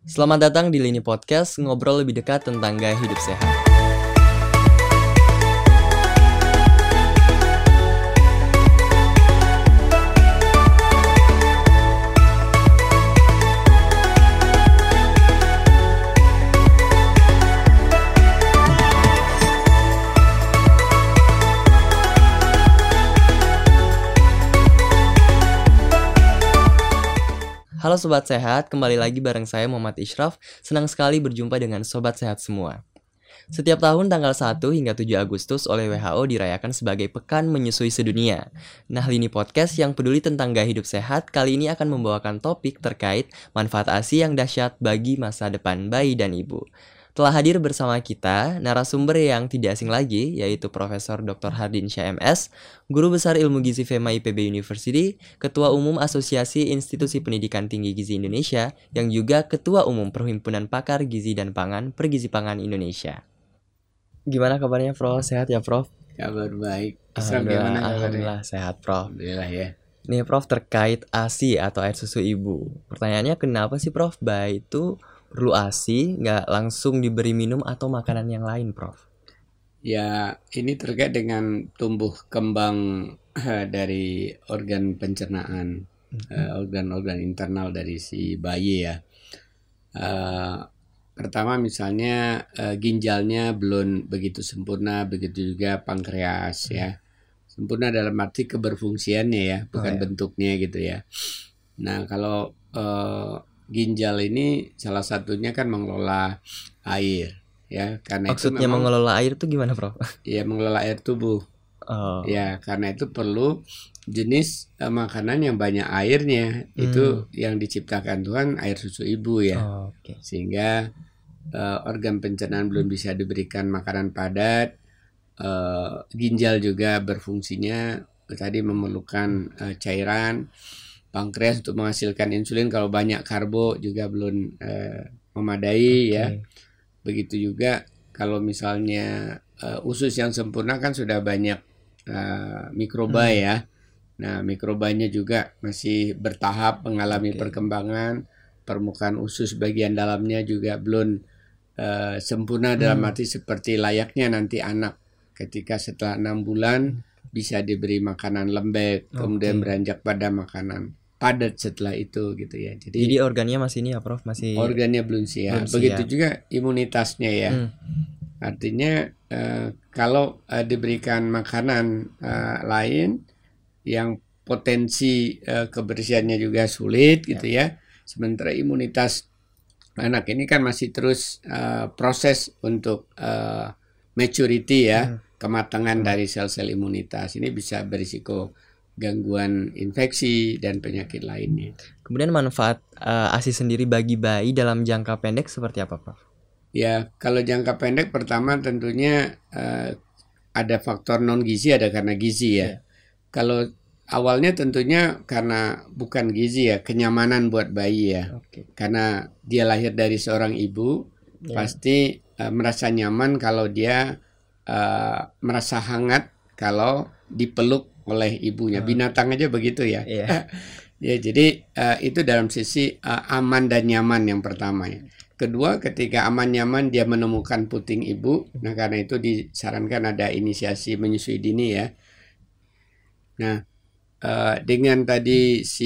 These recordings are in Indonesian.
Selamat datang di Lini Podcast, ngobrol lebih dekat tentang gaya hidup sehat. Halo Sobat Sehat, kembali lagi bareng saya Muhammad Ishraf. Senang sekali berjumpa dengan Sobat Sehat semua. Setiap tahun tanggal 1 hingga 7 Agustus oleh WHO dirayakan sebagai Pekan Menyusui Sedunia. Nah, Lini Podcast yang peduli tentang gaya hidup sehat kali ini akan membawakan topik terkait manfaat ASI yang dahsyat bagi masa depan bayi dan ibu. Telah hadir bersama kita narasumber yang tidak asing lagi, yaitu Profesor Dr. Hardinsyah MS, Guru Besar Ilmu Gizi FEMA IPB University, Ketua Umum Asosiasi Institusi Pendidikan Tinggi Gizi Indonesia, yang juga Ketua Umum Perhimpunan Pakar Gizi dan Pangan Pergizi Pangan Indonesia. Gimana kabarnya, Prof? Sehat ya, Prof? Kabar baik. Alhamdulillah sehat, Prof. Alhamdulillah ya. Nih, Prof, terkait ASI atau air susu ibu. Pertanyaannya, kenapa sih, Prof, bayi itu perlu ASI, nggak langsung diberi minum atau makanan yang lain, Prof? Ya, ini terkait dengan tumbuh kembang dari organ pencernaan, organ-organ internal dari si bayi ya. Pertama misalnya ginjalnya belum begitu sempurna, begitu juga pankreas ya. Sempurna dalam arti keberfungsiannya ya, bukan bentuknya gitu ya. Nah, kalau ginjal ini salah satunya kan mengelola air ya, karena Maksudnya itu memang mengelola air itu gimana, Prof? ya mengelola air tubuh. Ya, karena itu perlu jenis makanan yang banyak airnya. Itu yang diciptakan Tuhan, air susu ibu ya. Sehingga organ pencernaan belum bisa diberikan makanan padat. Ginjal juga berfungsinya tadi memerlukan cairan. Pankreas untuk menghasilkan insulin, kalau banyak karbo juga belum memadai ya. Begitu juga kalau misalnya usus yang sempurna kan sudah banyak mikroba ya. Nah, mikrobanya juga masih bertahap mengalami perkembangan. Permukaan usus bagian dalamnya juga belum sempurna dalam arti seperti layaknya nanti anak ketika setelah 6 bulan bisa diberi makanan lembek, kemudian beranjak pada makanan padat setelah itu gitu ya. Jadi organnya masih ini ya, Prof? Masih organnya belum siap. Begitu juga imunitasnya ya. Artinya kalau diberikan makanan lain yang potensi kebersihannya juga sulit gitu ya. Sementara imunitas anak ini kan masih terus proses untuk maturity ya, kematangan dari sel-sel imunitas. Ini bisa berisiko gangguan infeksi dan penyakit lainnya. Kemudian manfaat ASI sendiri bagi bayi dalam jangka pendek seperti apa, Prof? Ya, kalau jangka pendek pertama tentunya ada faktor non gizi, ada karena gizi ya. Kalau awalnya tentunya karena bukan gizi ya, kenyamanan buat bayi ya. Karena dia lahir dari seorang ibu, pasti merasa nyaman kalau dia merasa hangat kalau dipeluk oleh ibunya. Binatang aja begitu ya. Ya, jadi itu dalam sisi aman dan nyaman yang pertama ya. Kedua, ketika aman nyaman dia menemukan puting ibu. Nah, karena itu disarankan ada inisiasi menyusui dini ya. Nah, dengan tadi si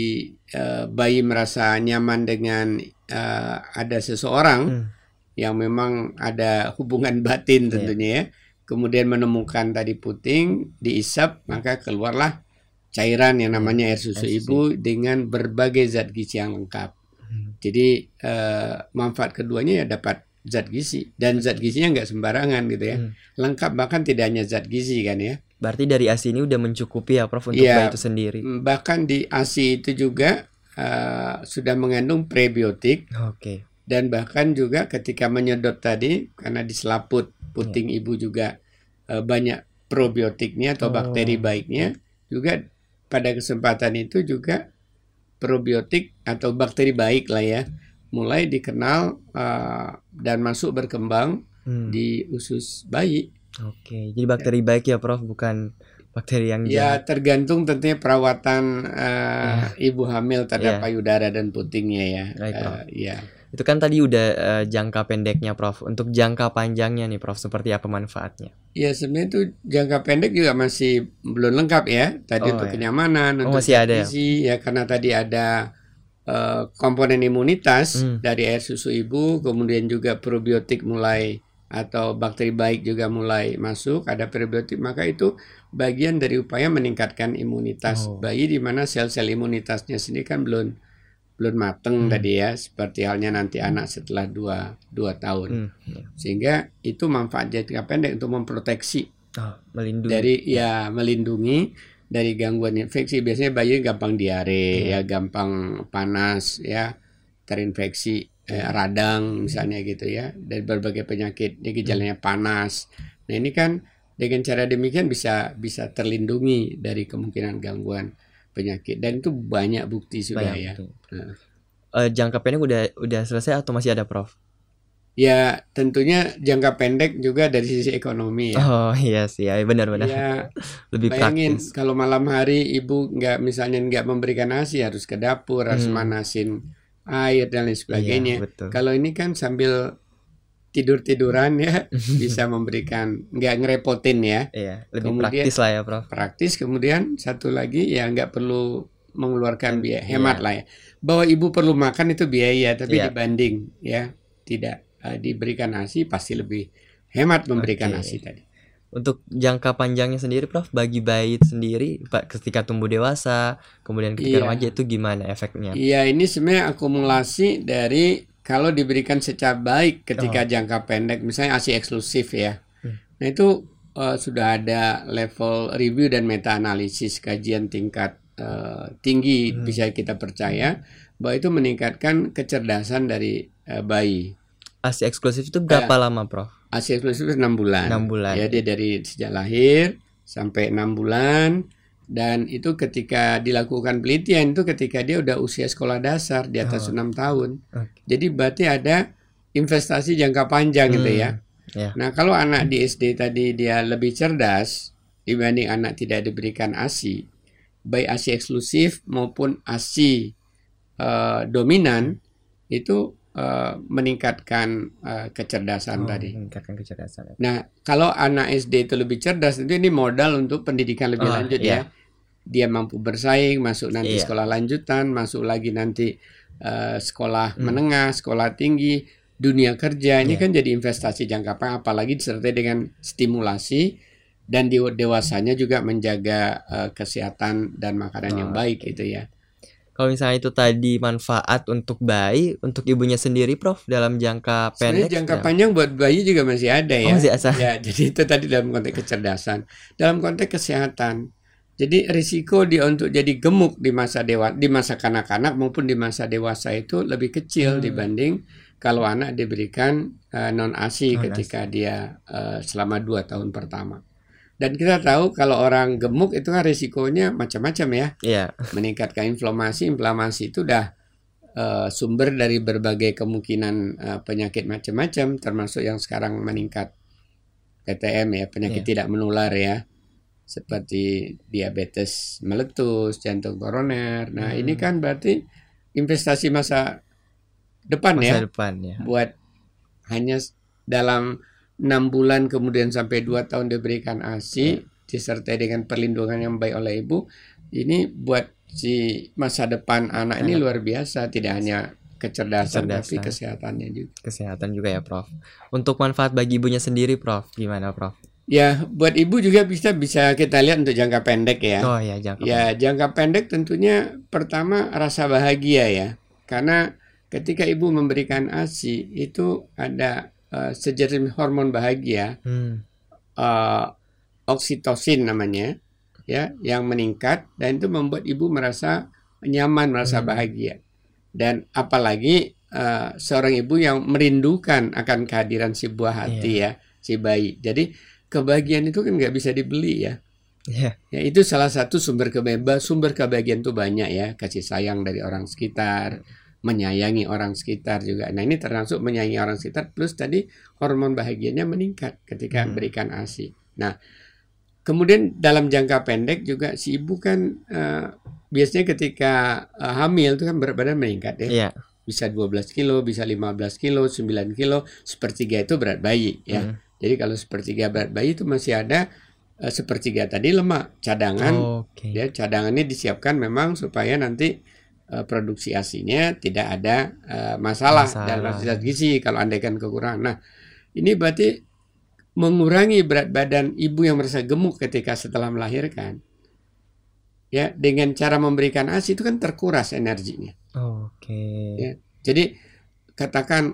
bayi merasa nyaman dengan ada seseorang yang memang ada hubungan batin tentunya ya. Kemudian menemukan tadi puting, diisap, maka keluarlah cairan yang namanya air susu ibu dengan berbagai zat gizi yang lengkap. Jadi manfaat keduanya ya dapat zat gizi, dan zat gizinya nggak sembarangan gitu ya. Lengkap, bahkan tidak hanya zat gizi kan ya. Berarti dari ASI ini udah mencukupi ya, Prof, untuk bayi itu sendiri. Bahkan di ASI itu juga sudah mengandung prebiotik. Dan bahkan juga ketika menyedot tadi, karena di selaput puting ibu juga banyak probiotiknya atau bakteri baiknya, juga pada kesempatan itu juga probiotik atau bakteri baik lah ya mulai dikenal dan masuk berkembang di usus bayi. Jadi bakteri baik ya, Prof, bukan bakteri yang jahat. Ya, tergantung tentunya perawatan ibu hamil terhadap payudara dan putingnya ya. Itu kan tadi udah jangka pendeknya Prof. Untuk jangka panjangnya nih Prof, seperti apa manfaatnya? Ya sebenarnya itu jangka pendek juga masih belum lengkap ya. Tadi untuk Ya. kenyamanan, untuk masih ada ya? gizi ya, karena tadi ada komponen imunitas dari air susu ibu, kemudian juga probiotik mulai atau bakteri baik juga mulai masuk, ada prebiotik, maka itu bagian dari upaya meningkatkan imunitas bayi, di mana sel-sel imunitasnya sendiri kan belum mateng tadi ya, seperti halnya nanti anak setelah 2 tahun. Sehingga itu manfaat jangka pendek untuk memproteksi, melindungi dari melindungi dari gangguan infeksi. Biasanya bayi gampang diare, ya gampang panas, ya terinfeksi radang misalnya gitu ya, dari berbagai penyakit. Dia gejalanya panas. Nah ini kan dengan cara demikian bisa terlindungi dari kemungkinan gangguan penyakit, dan itu banyak bukti sudah ya. Jangka pendek udah selesai atau masih ada Prof? Ya tentunya jangka pendek juga dari sisi ekonomi ya. Oh iya sih, ya benar-benar. Ya, lebih bayangin praktis. kalau malam hari ibu nggak memberikan ASI, harus ke dapur, harus manasin air dan lain sebagainya. Betul. Kalau ini kan sambil tidur-tiduran ya, bisa memberikan, nggak ngerepotin ya. Iya, lebih Kemudian praktis lah ya Prof. Praktis, kemudian satu lagi ya nggak perlu mengeluarkan biaya, hemat lah ya. Bahwa ibu perlu makan itu biaya, tapi dibanding ya tidak diberikan ASI, pasti lebih hemat memberikan ASI tadi. Untuk jangka panjangnya sendiri Prof, bagi bayi sendiri ketika tumbuh dewasa, kemudian ketika remaja, itu gimana efeknya? Iya, ini sebenarnya akumulasi dari kalau diberikan secara baik ketika jangka pendek, misalnya ASI eksklusif ya. Nah itu sudah ada level review dan meta analisis, kajian tingkat tinggi, bisa kita percaya bahwa itu meningkatkan kecerdasan dari bayi. ASI eksklusif itu berapa lama Prof? ASI eksklusif itu 6 bulan. 6 bulan. Ya, dia dari sejak lahir sampai 6 bulan. Dan itu ketika dilakukan penelitian, itu ketika dia udah usia sekolah dasar di atas 6 tahun. Jadi berarti ada investasi jangka panjang gitu ya. Nah kalau anak di SD tadi dia lebih cerdas dibanding anak tidak diberikan ASI, baik ASI eksklusif maupun ASI dominan, itu meningkatkan kecerdasan tadi. Meningkatkan kecerdasan. Nah, kalau anak SD itu lebih cerdas, itu ini modal untuk pendidikan lebih lanjut ya. Dia mampu bersaing, masuk nanti sekolah lanjutan, masuk lagi nanti sekolah menengah, sekolah tinggi, dunia kerja. Ini kan jadi investasi jangka panjang, apalagi disertai dengan stimulasi, dan di dewasanya juga menjaga kesehatan dan makanan yang baik gitu ya. Kalau misalnya itu tadi manfaat untuk bayi, untuk ibunya sendiri Prof, dalam jangka pendek? Sebenarnya jangka panjang buat bayi juga masih ada ya. Masih ada. Ya, jadi itu tadi dalam konteks kecerdasan. Dalam konteks kesehatan, jadi risiko dia untuk jadi gemuk di masa kanak-kanak maupun di masa dewasa itu lebih kecil dibanding kalau anak diberikan non ASI ketika dia selama 2 tahun pertama. Dan kita tahu kalau orang gemuk itu kan risikonya macam-macam ya. Meningkatkan inflamasi itu udah sumber dari berbagai kemungkinan penyakit macam-macam, termasuk yang sekarang meningkat PTM ya, penyakit tidak menular ya, seperti diabetes meletus, jantung koroner. Nah ini kan berarti investasi masa depan ya. Buat hanya dalam 6 bulan kemudian sampai 2 tahun diberikan ASI disertai dengan perlindungan yang baik oleh ibu, ini buat si masa depan anak ini luar biasa. Tidak hanya kecerdasan tapi kesehatannya juga. Kesehatan juga ya Prof. Untuk manfaat bagi ibunya sendiri Prof, gimana Prof? Ya, buat ibu juga bisa kita lihat untuk jangka pendek ya. Jangka pendek tentunya pertama rasa bahagia ya. Karena ketika ibu memberikan ASI itu ada sejenis hormon bahagia, oksitosin namanya, ya, yang meningkat, dan itu membuat ibu merasa nyaman, merasa bahagia. Dan apalagi seorang ibu yang merindukan akan kehadiran si buah hati ya, si bayi. Jadi kebahagiaan itu kan nggak bisa dibeli ya. Ya itu salah satu sumber kebahagiaan itu banyak ya, kasih sayang dari orang sekitar, menyayangi orang sekitar juga. Nah ini termasuk menyayangi orang sekitar, plus tadi hormon bahagianya meningkat ketika berikan ASI. Nah kemudian dalam jangka pendek juga si ibu kan biasanya ketika hamil itu kan berat badan meningkat ya. bisa 12 kilo, bisa 15 kilo, 9 kilo, sepertiga itu berat bayi ya. Jadi kalau sepertiga berat bayi itu masih ada sepertiga tadi lemak cadangan. Ya, cadangannya disiapkan memang supaya nanti produksi ASI-nya tidak ada masalah dalam fasilitas gizi kalau andaikan kekurangan. Nah, ini berarti mengurangi berat badan ibu yang merasa gemuk ketika setelah melahirkan. Ya, dengan cara memberikan ASI itu kan terkuras energinya. Ya, jadi katakan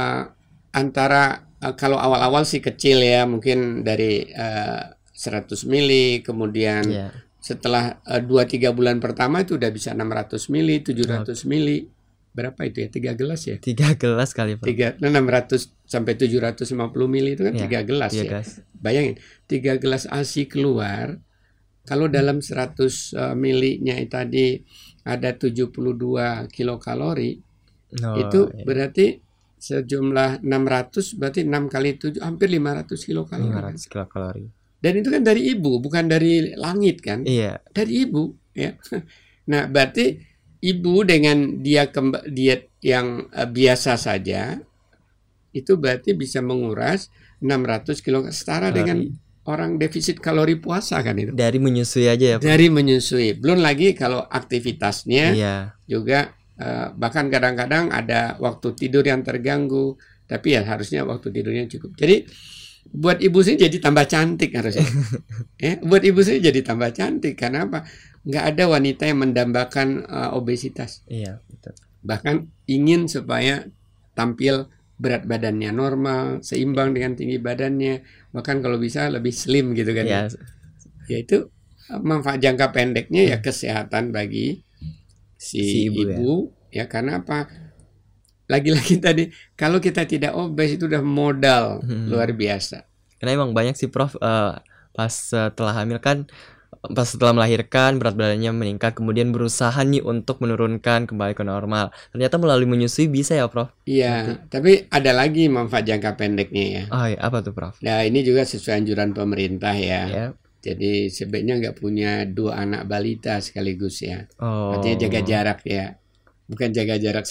antara kalau awal-awal sih kecil ya, mungkin dari 100 mili, kemudian setelah 2-3 bulan pertama itu udah bisa 600 mili, 700 mili. Berapa itu ya? 3 gelas ya? 3 gelas kali, Prof. 600 sampai 750 mili itu kan 3 gelas ya. Bayangin, 3 gelas ASI keluar. Kalau dalam 100 milinya tadi ada 72 kilokalori, itu berarti sejumlah 600, berarti 6 kali 7, hampir 500 kilokalori. 500 kilokalori. Dan itu kan dari ibu, bukan dari langit kan? Iya. Dari ibu, ya. Nah, berarti ibu dengan diet yang biasa saja, itu berarti bisa menguras 600 kilo, setara dengan orang defisit kalori puasa kan itu. Dari menyusui aja ya, Pak? Dari menyusui. Belum lagi kalau aktivitasnya juga bahkan kadang-kadang ada waktu tidur yang terganggu. Tapi ya harusnya waktu tidurnya cukup. Jadi buat ibu sih jadi tambah cantik harusnya. Buat ibu sih jadi tambah cantik. Karena apa? Nggak ada wanita yang mendambakan obesitas. Iya, betul. Bahkan ingin supaya tampil berat badannya normal, seimbang dengan tinggi badannya, bahkan kalau bisa lebih slim gitu kan. Ya itu manfaat jangka pendeknya ya kesehatan bagi si ibu ya. Karena apa? Lagi-lagi tadi kalau kita tidak obes itu udah modal luar biasa. Karena emang banyak sih, Prof, pas setelah hamil kan, pas setelah melahirkan berat badannya meningkat, kemudian berusaha nih untuk menurunkan kembali ke normal. Ternyata melalui menyusui bisa ya, Prof? Iya, tapi ada lagi manfaat jangka pendeknya ya. Oh iya, apa tuh, Prof? Nah, ini juga sesuai anjuran pemerintah ya. Jadi sebaiknya nggak punya 2 anak balita sekaligus ya. Artinya jaga jarak ya. Bukan jaga jarak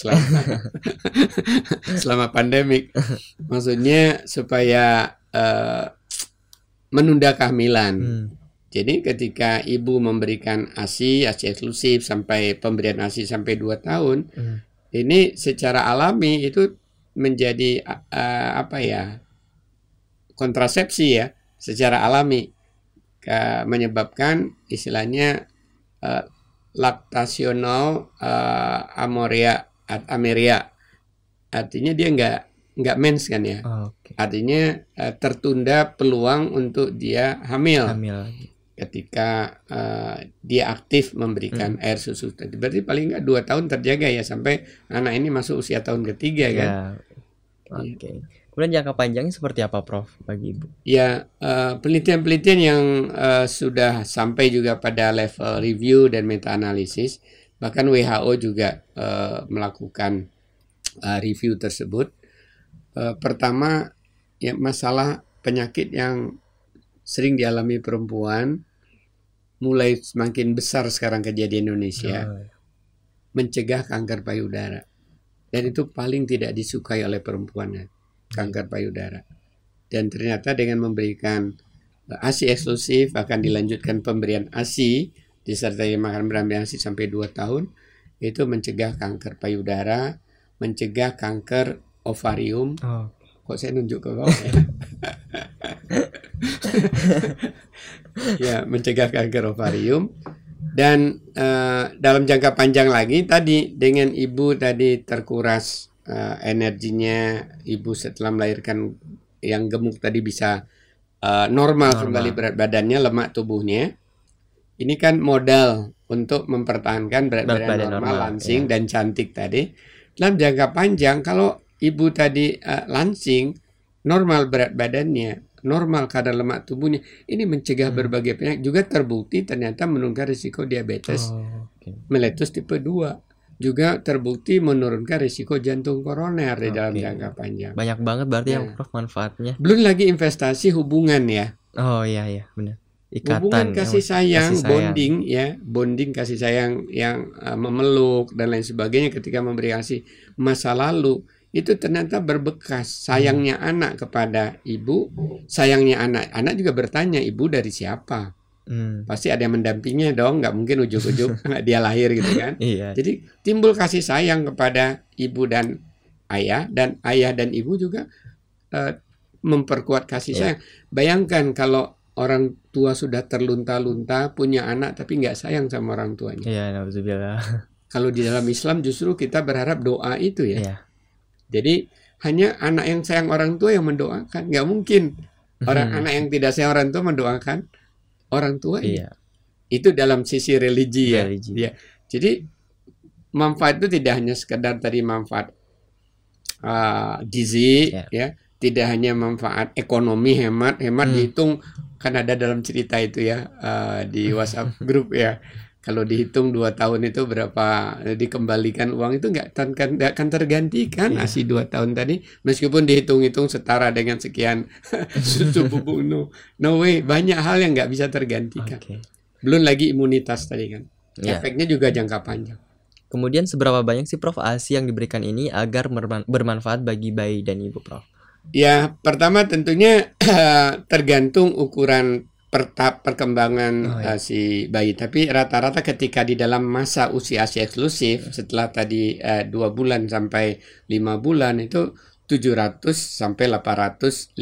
selama pandemik. Maksudnya supaya menunda kehamilan. Jadi ketika ibu memberikan ASI eksklusif sampai pemberian ASI sampai 2 tahun, ini secara alami itu menjadi kontrasepsi ya, secara alami menyebabkan istilahnya laktasional ameria. Artinya dia nggak mens kan ya. Artinya tertunda peluang untuk dia hamil. Ketika dia aktif memberikan air susu tadi. Berarti paling nggak 2 tahun terjaga ya sampai anak ini masuk usia tahun ketiga kan. Kemudian jangka panjangnya seperti apa, Prof, bagi ibu? Ya, penelitian-penelitian yang sudah sampai juga pada level review dan meta-analisis, bahkan WHO juga melakukan review tersebut. Pertama, ya masalah penyakit yang sering dialami perempuan, mulai semakin besar sekarang kejadian Indonesia, mencegah kanker payudara. Dan itu paling tidak disukai oleh perempuannya, kanker payudara. Dan ternyata dengan memberikan ASI eksklusif, akan dilanjutkan pemberian ASI, disertai makan berambil ASI sampai 2 tahun, itu mencegah kanker payudara, mencegah kanker ovarium. Kok saya nunjuk ke bawah ya? Ya, mencegah kanker ovarium. Dan dalam jangka panjang lagi tadi, dengan ibu tadi terkuras energinya, ibu setelah melahirkan yang gemuk tadi bisa normal kembali berat badannya, lemak tubuhnya. Ini kan modal untuk mempertahankan berat badan normal, langsing dan cantik tadi. Dalam jangka panjang, kalau ibu tadi langsing, normal berat badannya, normal kadar lemak tubuhnya, ini mencegah berbagai penyakit. Juga terbukti ternyata menurunkan risiko diabetes meletus tipe 2. Juga terbukti menurunkan risiko jantung koroner di dalam jangka panjang. Banyak banget berarti yang, Prof, manfaatnya. Belum lagi investasi hubungan ya. Oh iya benar. ikatan, kasih sayang, kasih sayang. bonding ya, bonding kasih sayang yang memeluk dan lain sebagainya ketika memberi ASI masa lalu itu ternyata berbekas. Sayangnya anak kepada ibu, sayangnya anak juga bertanya, ibu dari siapa? Pasti ada yang mendampinginya dong, nggak mungkin ujuk-ujuk dia lahir gitu kan. Iya. Jadi timbul kasih sayang kepada ibu dan ayah dan ibu juga memperkuat kasih sayang. Bayangkan kalau orang tua sudah terlunta-lunta punya anak tapi nggak sayang sama orang tuanya. Iya, nauzubillah. Kalau di dalam Islam justru kita berharap doa itu ya. Iya. Jadi hanya anak yang sayang orang tua yang mendoakan. Nggak mungkin anak yang tidak sayang orang tua mendoakan orang tua. Iya. Itu dalam sisi religi ya. Religi. Ya. Jadi manfaat itu tidak hanya sekedar tadi manfaat gizi ya. Tidak hanya manfaat ekonomi, hemat dihitung, kan ada dalam cerita itu ya di WhatsApp grup ya. Kalau dihitung 2 tahun itu berapa dikembalikan uang itu nggak akan tergantikan ASI 2 tahun tadi, meskipun dihitung-hitung setara dengan sekian susu bubuk no way, banyak hal yang nggak bisa tergantikan. Belum lagi imunitas tadi kan, efeknya juga jangka panjang. Kemudian seberapa banyak sih Prof ASI yang diberikan ini agar bermanfaat bagi bayi dan ibu, Prof? Ya, pertama tentunya tergantung ukuran perkembangan si bayi. Tapi rata-rata ketika di dalam masa usia ASI eksklusif, setelah tadi 2 bulan sampai 5 bulan itu 700 sampai 850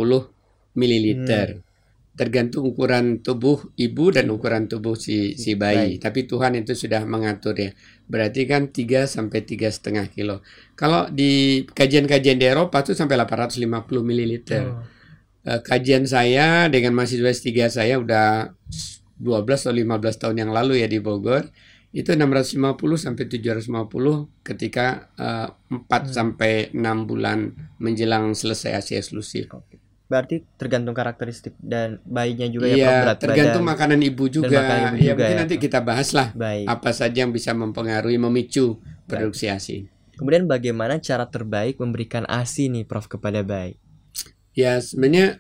mililiter. Tergantung ukuran tubuh ibu dan ukuran tubuh si bayi. Tapi Tuhan itu sudah mengatur ya. Berarti kan 3 sampai 3,5 kilo. Kalau di kajian-kajian di Eropa itu sampai 850 mililiter. Kajian saya dengan mahasiswa S3 saya udah 12 atau 15 tahun yang lalu ya di Bogor. Itu 650 sampai 750 ketika 4 sampai 6 bulan menjelang selesai ASI eksklusif. Berarti tergantung karakteristik dan bayinya juga ya, Prof, berat tergantung badan. makanan ibu juga. Ya mungkin nanti kita bahas lah apa saja yang bisa mempengaruhi, memicu produksi ASI. Kemudian bagaimana cara terbaik memberikan ASI nih Prof kepada bayi? Ya sebenarnya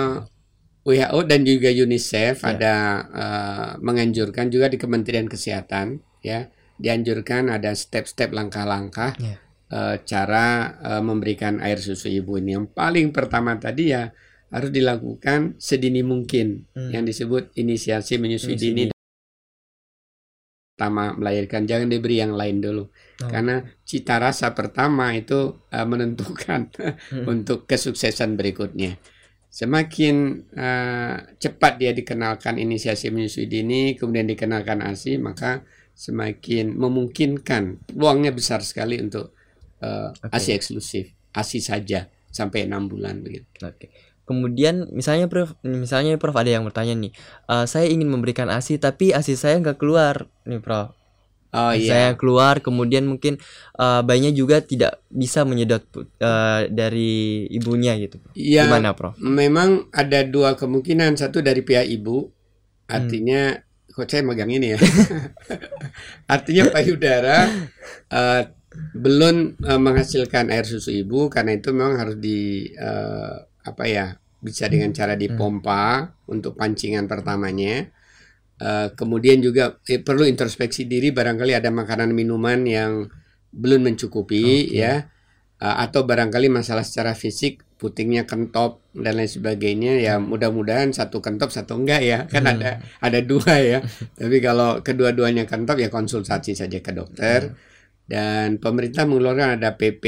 WHO dan juga UNICEF ada menganjurkan juga di Kementerian Kesehatan ya, dianjurkan ada step-step langkah-langkah cara memberikan air susu ibu ini. Yang paling pertama tadi ya harus dilakukan sedini mungkin yang disebut inisiasi menyusui dini. Pertama melahirkan, jangan diberi yang lain dulu karena cita rasa pertama itu menentukan untuk kesuksesan berikutnya. Semakin cepat dia dikenalkan inisiasi menyusui dini, kemudian dikenalkan ASI, maka semakin memungkinkan, peluangnya besar sekali untuk ASI eksklusif, ASI saja sampai 6 bulan begitu. Kemudian misalnya Prof ada yang bertanya nih, saya ingin memberikan ASI tapi ASI saya nggak keluar nih Prof. Saya keluar, kemudian mungkin bayinya juga tidak bisa menyedot dari ibunya gitu. Gimana Prof? Memang ada 2 kemungkinan, satu dari pihak ibu, artinya kok saya megang ini ya, artinya payudara belum menghasilkan air susu ibu, karena itu memang harus bisa dengan cara dipompa untuk pancingan pertamanya. Kemudian juga perlu introspeksi diri, barangkali ada makanan minuman yang belum mencukupi ya, atau barangkali masalah secara fisik, putingnya kentop dan lain sebagainya ya. Mudah-mudahan satu kentop satu enggak ya, kan ada 2 ya. Tapi kalau kedua-duanya kentop ya konsultasi saja ke dokter. Dan pemerintah mengeluarkan ada PP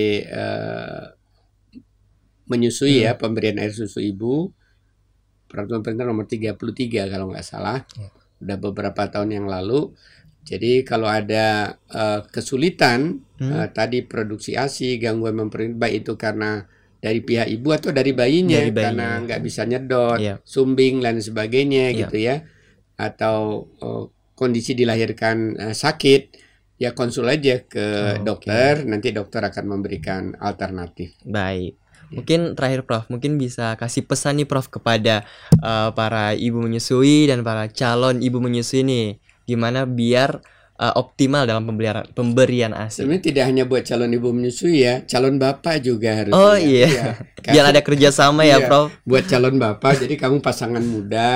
menyusui ya, pemberian air susu ibu, peraturan pemerintah nomor 33 kalau nggak salah, udah beberapa tahun yang lalu. Jadi kalau ada kesulitan tadi produksi ASI, gangguan memperoleh, baik itu karena dari pihak ibu atau dari bayinya, karena nggak bisa nyedot, sumbing dan sebagainya gitu ya, atau kondisi dilahirkan sakit, ya konsul aja ke dokter, nanti dokter akan memberikan alternatif. Baik. Mungkin terakhir Prof, mungkin bisa kasih pesan nih Prof kepada para ibu menyusui dan para calon ibu menyusui nih, gimana biar optimal dalam pemberian ASI. Sebenarnya tidak hanya buat calon ibu menyusui ya, calon bapak juga harus. Biar ada kerjasama ya Prof. Buat calon bapak, jadi kamu pasangan muda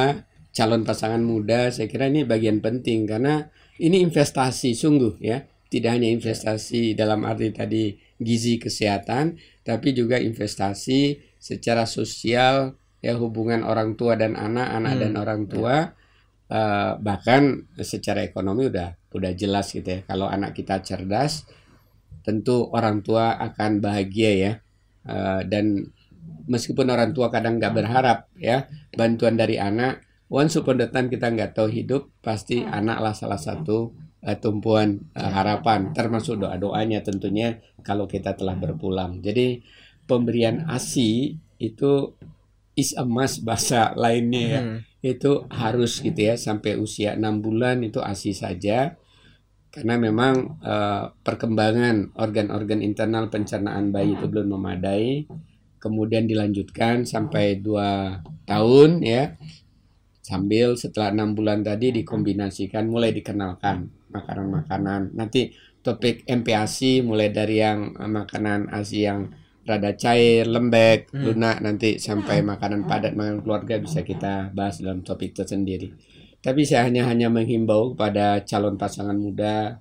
calon pasangan muda, saya kira ini bagian penting karena ini investasi sungguh ya. Tidak hanya investasi dalam arti tadi gizi kesehatan, tapi juga investasi secara sosial ya, hubungan orang tua dan anak dan orang tua, bahkan secara ekonomi udah jelas gitu ya. Kalau anak kita cerdas, tentu orang tua akan bahagia ya. Dan meskipun orang tua kadang nggak berharap ya bantuan dari anak, once upon the time kita nggak tahu hidup, pasti anaklah salah satu tumpuan harapan, termasuk doa-doanya tentunya kalau kita telah berpulang. Jadi pemberian ASI itu is a must bahasa lainnya ya. Itu harus gitu ya, sampai usia 6 bulan itu ASI saja. Karena memang perkembangan organ-organ internal pencernaan bayi itu belum memadai. Kemudian dilanjutkan sampai 2 tahun ya. Sambil setelah 6 bulan tadi dikombinasikan, mulai dikenalkan makanan-makanan. Nanti topik MPASI mulai dari yang makanan ASI yang rada cair, lembek, lunak, nanti sampai makanan padat, makanan keluarga bisa kita bahas dalam topik tersendiri. Tapi saya hanya menghimbau kepada calon pasangan muda,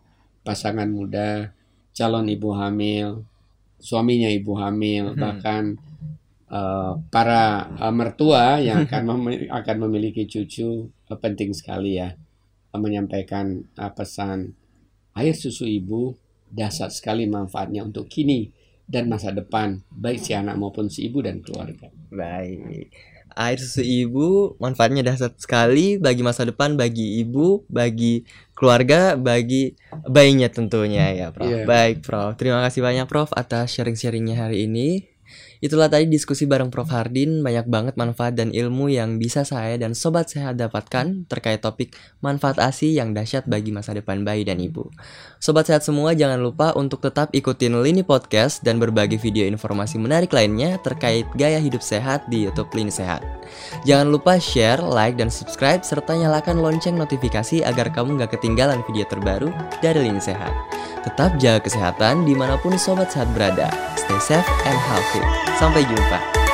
calon ibu hamil, suaminya ibu hamil, bahkan para mertua yang akan memiliki cucu, penting sekali ya menyampaikan pesan air susu ibu dahsyat sekali manfaatnya untuk kini dan masa depan, baik si anak maupun si ibu dan keluarga. Baik. Air susu ibu manfaatnya dahsyat sekali bagi masa depan, bagi ibu, bagi keluarga, bagi bayinya tentunya ya, Prof. Yeah. Baik, Prof. Terima kasih banyak, Prof, atas sharing-sharingnya hari ini. Itulah tadi diskusi bareng Prof Hardin. Banyak banget manfaat dan ilmu yang bisa saya dan Sobat Sehat dapatkan terkait topik manfaat ASI yang dahsyat bagi masa depan bayi dan ibu. Sobat Sehat semua, jangan lupa untuk tetap ikutin Lini Podcast dan berbagi video informasi menarik lainnya terkait gaya hidup sehat di YouTube Lini Sehat. Jangan lupa share, like, dan subscribe, serta nyalakan lonceng notifikasi agar kamu gak ketinggalan video terbaru dari Lini Sehat. Tetap jaga kesehatan dimanapun Sobat Sehat berada. Stay safe and healthy. Sampai jumpa.